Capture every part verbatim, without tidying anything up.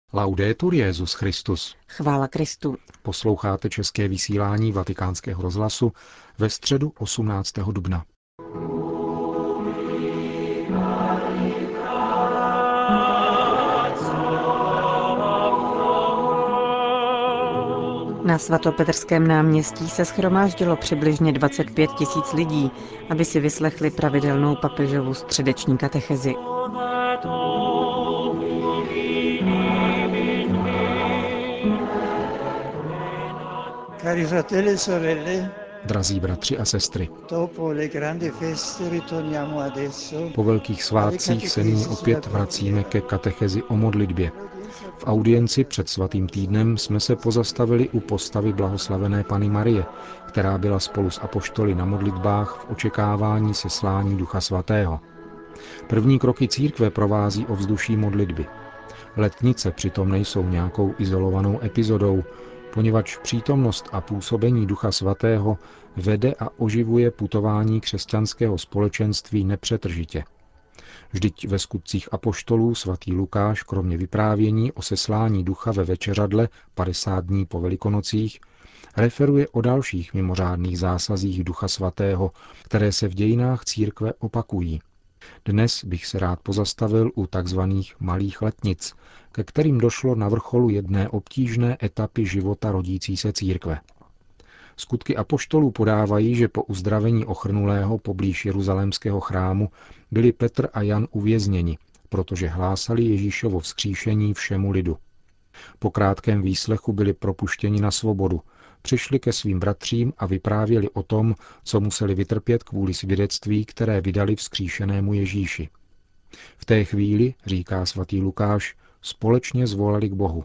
Laudetur Jesus Christus. Chvála Kristu. Posloucháte české vysílání Vatikánského rozhlasu ve středu osmnáctého dubna. Na svatopetrském náměstí se shromáždilo přibližně dvacet pět tisíc lidí, aby si vyslechli pravidelnou papežovu středeční katechezi. Cari fratelli e sorelle, Drazí bratři a sestry, dopo le grandi feste ritorniamo adesso. po velkých svátcích se nyní opět vracíme ke katechezi o modlitbě. V audienci před svatým týdnem jsme se pozastavili u postavy blahoslavené Panny Marie, která byla spolu s apoštoly na modlitbách v očekávání seslání Ducha Svatého. První kroky církve provází ovzduší modlitby. Letnice přitom nejsou nějakou izolovanou epizodou, poněvadž přítomnost a působení Ducha Svatého vede a oživuje putování křesťanského společenství nepřetržitě. Vždyť ve skutcích apoštolů svatý Lukáš kromě vyprávění o seslání ducha ve večeřadle padesát dní po Velikonocích referuje o dalších mimořádných zásazích Ducha Svatého, které se v dějinách církve opakují. Dnes bych se rád pozastavil u takzvaných malých letnic, ke kterým došlo na vrcholu jedné obtížné etapy života rodící se církve. Skutky apoštolů podávají, že po uzdravení ochrnulého poblíž jeruzalémského chrámu byli Petr a Jan uvězněni, protože hlásali Ježíšovo vzkříšení všemu lidu. Po krátkém výslechu byli propuštěni na svobodu, přišli ke svým bratřím a vyprávěli o tom, co museli vytrpět kvůli svědectví, které vydali vzkříšenému Ježíši. V té chvíli, říká svatý Lukáš, společně zvolali k Bohu.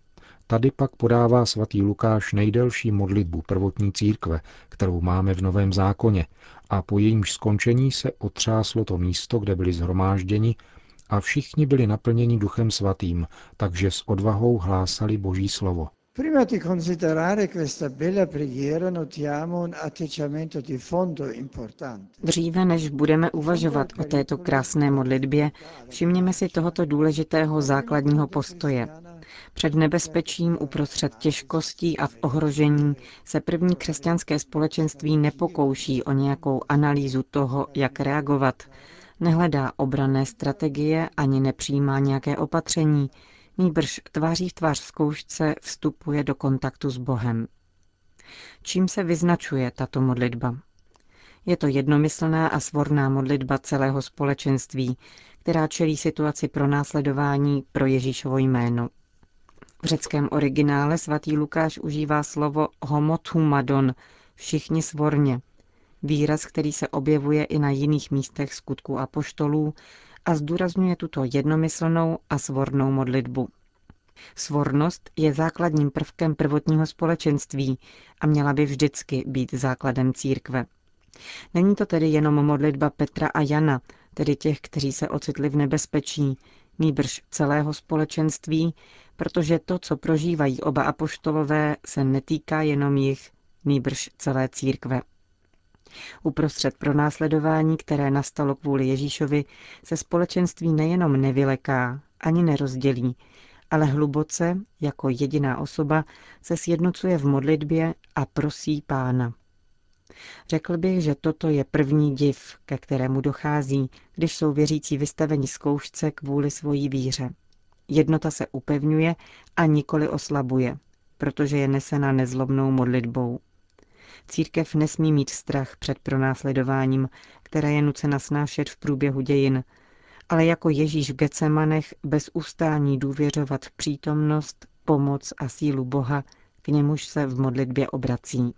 Tady pak podává svatý Lukáš nejdelší modlitbu prvotní církve, kterou máme v Novém zákoně, a po jejímž skončení se otřáslo to místo, kde byli shromážděni, a všichni byli naplněni Duchem Svatým, takže s odvahou hlásali Boží slovo. Prima di considerare questa bella preghiera notiamo un atteggiamento di fondo importante. Dříve než budeme uvažovat o této krásné modlitbě, všimněme si tohoto důležitého základního postoje. Před nebezpečím, uprostřed těžkostí a v ohrožení se první křesťanské společenství nepokouší o nějakou analýzu toho, jak reagovat, nehledá obranné strategie ani nepřijímá nějaké opatření, nýbrž tváří v tvář zkoušce vstupuje do kontaktu s Bohem. Čím se vyznačuje tato modlitba? Je to jednomyslná a svorná modlitba celého společenství, která čelí situaci pronásledování pro Ježíšovo jméno. V řeckém originále svatý Lukáš užívá slovo homotumadon, všichni svorně, výraz, který se objevuje i na jiných místech skutků apoštolů a zdůrazňuje tuto jednomyslnou a svornou modlitbu. Svornost je základním prvkem prvotního společenství a měla by vždycky být základem církve. Není to tedy jenom modlitba Petra a Jana, tedy těch, kteří se ocitli v nebezpečí, nýbrž celého společenství, protože to, co prožívají oba apoštolové, se netýká jenom jich, nýbrž celé církve. Uprostřed pronásledování, které nastalo kvůli Ježíšovi, se společenství nejenom nevyleká, ani nerozdělí, ale hluboce, jako jediná osoba, se sjednocuje v modlitbě a prosí Pána. Řekl bych, že toto je první div, ke kterému dochází, když jsou věřící vystaveni zkoušce kvůli svojí víře. Jednota se upevňuje a nikoli oslabuje, protože je nesena nezlobnou modlitbou. Církev nesmí mít strach před pronásledováním, které je nucena snášet v průběhu dějin, ale jako Ježíš v Getsemanech bez ustání důvěřovat v přítomnost, pomoc a sílu Boha, k němuž se v modlitbě obrací.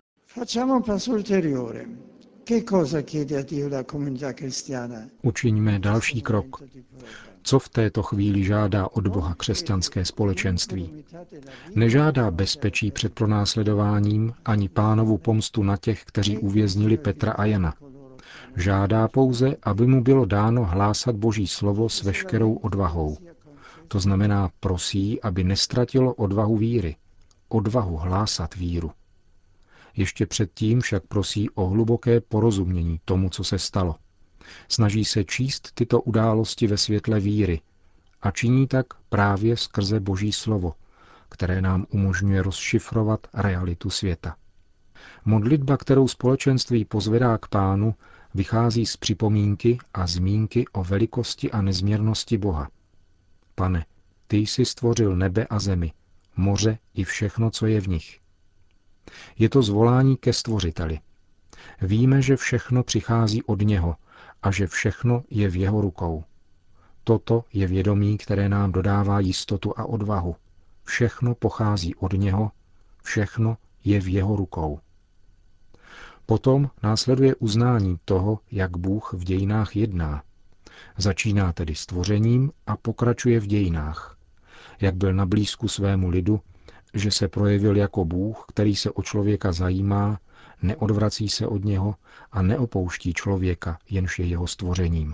Učiňme další krok. Co v této chvíli žádá od Boha křesťanské společenství? Nežádá bezpečí před pronásledováním ani Pánovu pomstu na těch, kteří uvěznili Petra a Jana. Žádá pouze, aby mu bylo dáno hlásat Boží slovo s veškerou odvahou. To znamená prosí, aby nestratilo odvahu víry, odvahu hlásat víru. Ještě předtím však prosí o hluboké porozumění tomu, co se stalo. Snaží se číst tyto události ve světle víry A činí tak právě skrze Boží slovo, které nám umožňuje rozšifrovat realitu světa. Modlitba, kterou společenství pozvedá k Pánu, vychází z připomínky a zmínky o velikosti a nezměrnosti Boha. Pane, ty jsi stvořil nebe a zemi, moře i všechno, co je v nich. Je to zvolání ke Stvořiteli. Víme, že všechno přichází od něho a že všechno je v jeho rukou. Toto je vědomí, které nám dodává jistotu a odvahu. Všechno pochází od něho, všechno je v jeho rukou. Potom následuje uznání toho, jak Bůh v dějinách jedná. Začíná tedy stvořením a pokračuje v dějinách. Jak byl na blízku svému lidu, že se projevil jako Bůh, který se o člověka zajímá, neodvrací se od něho a neopouští člověka, jenž je jeho stvořením.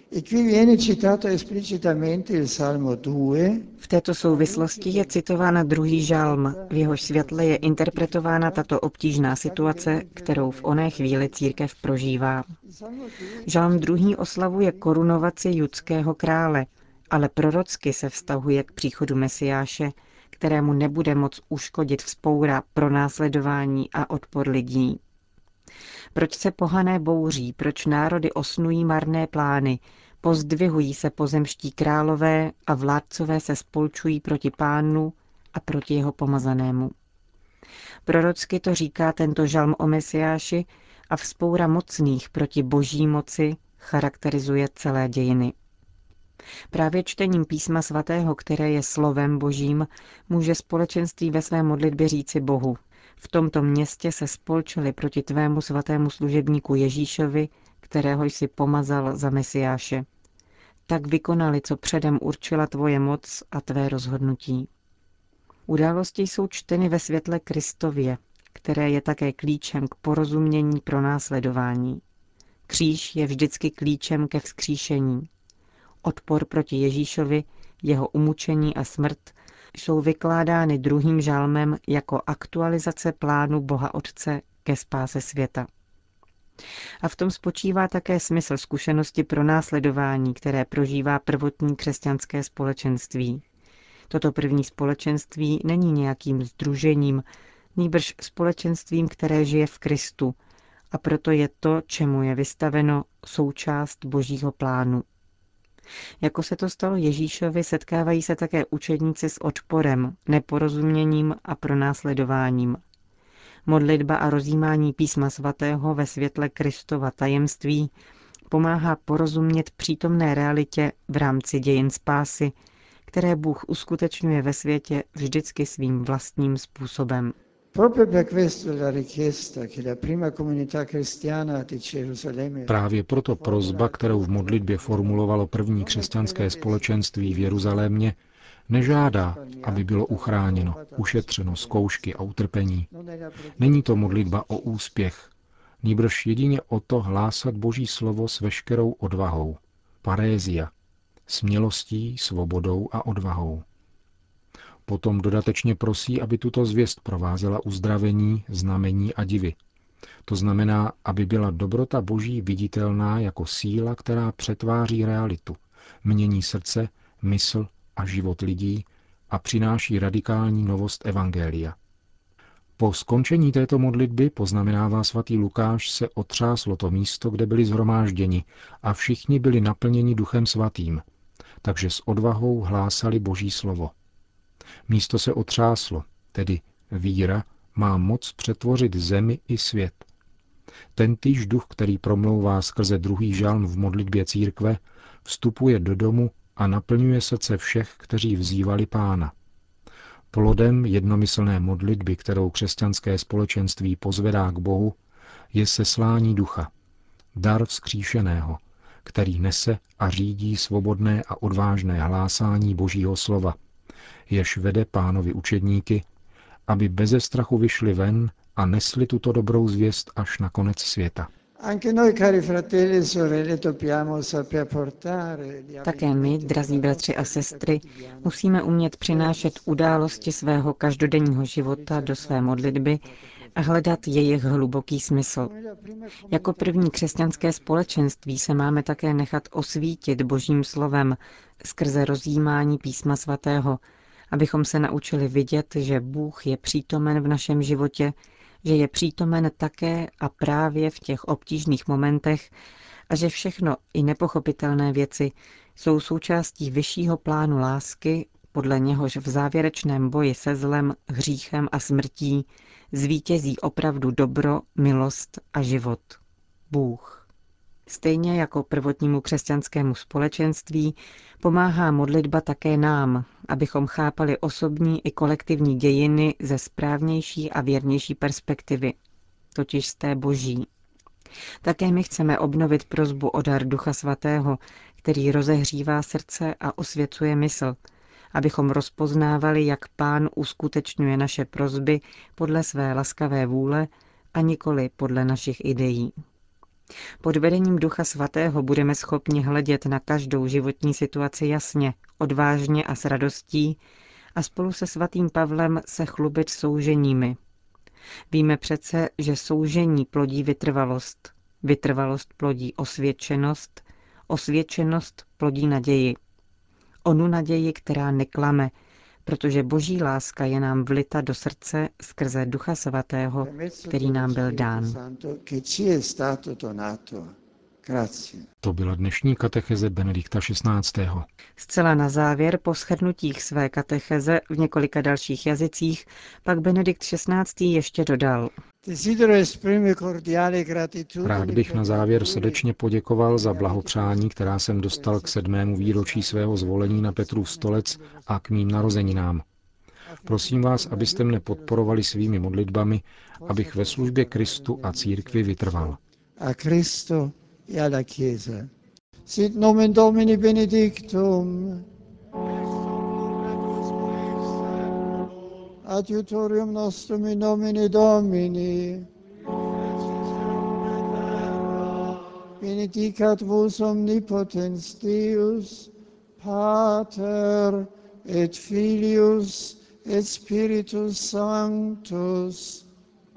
V této souvislosti je citována druhý žalm, v jehož světle je interpretována tato obtížná situace, kterou v oné chvíli církev prožívá. Žalm druhý oslavuje korunovaci judského krále, ale prorocky se vztahuje k příchodu Mesiáše, kterému nebude moc uškodit vzpoura, pronásledování a odpor lidí. Proč se pohané bouří, proč národy osnují marné plány, pozdvihují se pozemští králové a vládcové se spolčují proti Pánu a proti jeho pomazanému. Prorocky to říká tento žalm o Mesiáši a vzpoura mocných proti boží moci charakterizuje celé dějiny. Právě čtením písma svatého, které je slovem božím, může společenství ve své modlitbě říci Bohu: v tomto městě se spolčili proti tvému svatému služebníku Ježíšovi, kterého jsi pomazal za Mesiáše. Tak vykonali, co předem určila tvoje moc a tvé rozhodnutí. Události jsou čteny ve světle Kristově, které je také klíčem k porozumění pro následování. Kříž je vždycky klíčem ke vzkříšení. Odpor proti Ježíšovi, jeho umučení a smrt jsou vykládány druhým žalmem jako aktualizace plánu Boha Otce ke spáse světa. A v tom spočívá také smysl zkušenosti pro následování, které prožívá prvotní křesťanské společenství. Toto první společenství není nějakým sdružením, nýbrž společenstvím, které žije v Kristu, a proto je to, čemu je vystaveno, součást Božího plánu. Jako se to stalo Ježíšovi, setkávají se také učedníci s odporem, neporozuměním a pronásledováním. Modlitba a rozjímání písma svatého ve světle Kristova tajemství pomáhá porozumět přítomné realitě v rámci dějin spásy, které Bůh uskutečňuje ve světě vždycky svým vlastním způsobem. Právě proto prosba, kterou v modlitbě formulovalo první křesťanské společenství v Jeruzalémě, nežádá, aby bylo uchráněno, ušetřeno zkoušky a utrpení. Není to modlitba o úspěch, nýbrž jedině o to hlásat Boží slovo s veškerou odvahou, parézia, smělostí, svobodou a odvahou. Potom dodatečně prosí, aby tuto zvěst provázela uzdravení, znamení a divy. To znamená, aby byla dobrota Boží viditelná jako síla, která přetváří realitu, mění srdce, mysl a život lidí a přináší radikální novost evangelia. Po skončení této modlitby, poznamenává svatý Lukáš, se otřáslo to místo, kde byli shromážděni, a všichni byli naplněni Duchem svatým, takže s odvahou hlásali Boží slovo. Místo se otřáslo, tedy víra má moc přetvořit zemi i svět. Tentýž duch, který promlouvá skrze druhý žalm v modlitbě církve, vstupuje do domu a naplňuje srdce všech, kteří vzývali Pána. Plodem jednomyslné modlitby, kterou křesťanské společenství pozvedá k Bohu, je seslání ducha, dar vzkříšeného, který nese a řídí svobodné a odvážné hlásání Božího slova, jež vede Pánovi učedníky, aby beze strachu vyšli ven a nesli tuto dobrou zvěst až na konec světa. Také my, drazí bratři a sestry, musíme umět přinášet události svého každodenního života do své modlitby a hledat jejich hluboký smysl. Jako první křesťanské společenství se máme také nechat osvítit Božím slovem skrze rozjímání Písma svatého, abychom se naučili vidět, že Bůh je přítomen v našem životě, že je přítomen také a právě v těch obtížných momentech a že všechno i nepochopitelné věci jsou součástí vyššího plánu lásky, podle něhož v závěrečném boji se zlem, hříchem a smrtí zvítězí opravdu dobro, milost a život. Bůh. Stejně jako prvotnímu křesťanskému společenství pomáhá modlitba také nám, abychom chápali osobní i kolektivní dějiny ze správnější a věrnější perspektivy, totiž z té boží. Také my chceme obnovit prosbu o dar Ducha Svatého, který rozehřívá srdce a osvěcuje mysl, abychom rozpoznávali, jak Pán uskutečňuje naše prosby podle své laskavé vůle a nikoli podle našich ideí. Pod vedením Ducha Svatého budeme schopni hledět na každou životní situaci jasně, odvážně a s radostí a spolu se svatým Pavlem se chlubit souženími. Víme přece, že soužení plodí vytrvalost, vytrvalost plodí osvědčenost, osvědčenost plodí naději. Onu naději, která neklame, protože boží láska je nám vlita do srdce skrze Ducha Svatého, který nám byl dán. To byla dnešní katecheze Benedikta šestnáctého. Zcela na závěr, po shrnutích své katecheze v několika dalších jazycích, pak Benedikt šestnáctý ještě dodal. Rád bych na závěr srdečně poděkoval za blahopřání, která jsem dostal k sedmému výročí svého zvolení na Petrův stolec a k mým narozeninám. Prosím vás, abyste mne podporovali svými modlitbami, abych ve službě Kristu a církvi vytrval. E alla Chiesa. Sit nomen Domini benedictum. Adiutorium nostrum in nomine Domini. Benedicat vos omnipotens Deus, Pater et Filius et Spiritus Sanctus.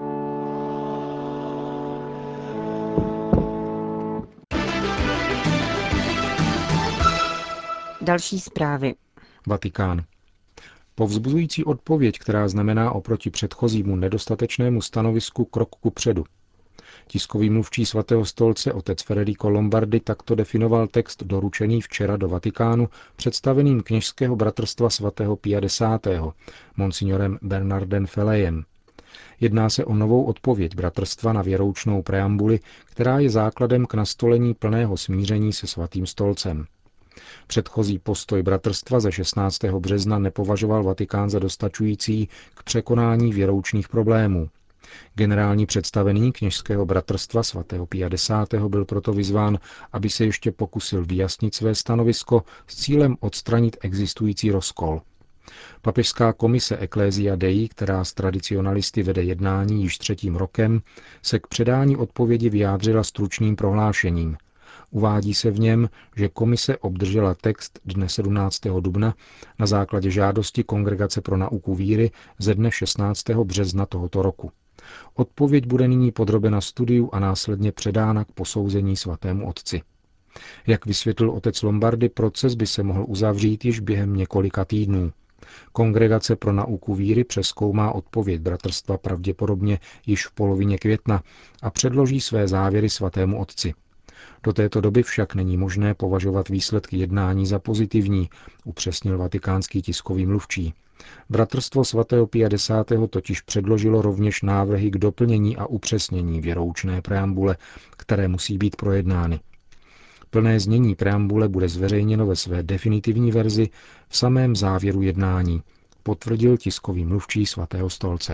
Další zprávy. Vatikán. Povzbuzující odpověď, která znamená oproti předchozímu nedostatečnému stanovisku krok kupředu. Tiskový mluvčí svatého stolce otec Federico Lombardi takto definoval text doručený včera do Vatikánu představeným kněžského bratrstva svatého Pia desátého. Monsignorem Bernardem Felejem. Jedná se o novou odpověď bratrstva na věroučnou preambuli, která je základem k nastolení plného smíření se svatým stolcem. Předchozí postoj bratrstva ze šestnáctého března nepovažoval Vatikán za dostačující k překonání věroučných problémů. Generální představený kněžského bratrstva svatého Pia desátého. Byl proto vyzván, aby se ještě pokusil vyjasnit své stanovisko s cílem odstranit existující rozkol. Papežská komise Ecclesia Dei, která s tradicionalisty vede jednání již třetím rokem, se k předání odpovědi vyjádřila stručným prohlášením. Uvádí se v něm, že komise obdržela text dne sedmnáctého dubna na základě žádosti Kongregace pro nauku víry ze dne šestnáctého března tohoto roku. Odpověď bude nyní podrobena studiu a následně předána k posouzení svatému otci. Jak vysvětlil otec Lombardi, proces by se mohl uzavřít již během několika týdnů. Kongregace pro nauku víry přezkoumá odpověď bratrstva pravděpodobně již v polovině května a předloží své závěry svatému otci. Do této doby však není možné považovat výsledky jednání za pozitivní, upřesnil vatikánský tiskový mluvčí. Bratrstvo svatého Pia desátého. Totiž předložilo rovněž návrhy k doplnění a upřesnění věroučné preambule, které musí být projednány. Plné znění preambule bude zveřejněno ve své definitivní verzi v samém závěru jednání, potvrdil tiskový mluvčí svatého stolce.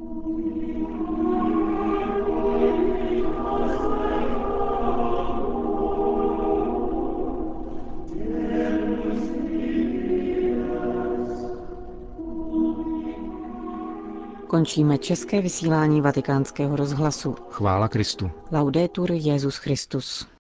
Končíme české vysílání Vatikánského rozhlasu. Chvála Kristu. Laudetur Jesus Christus.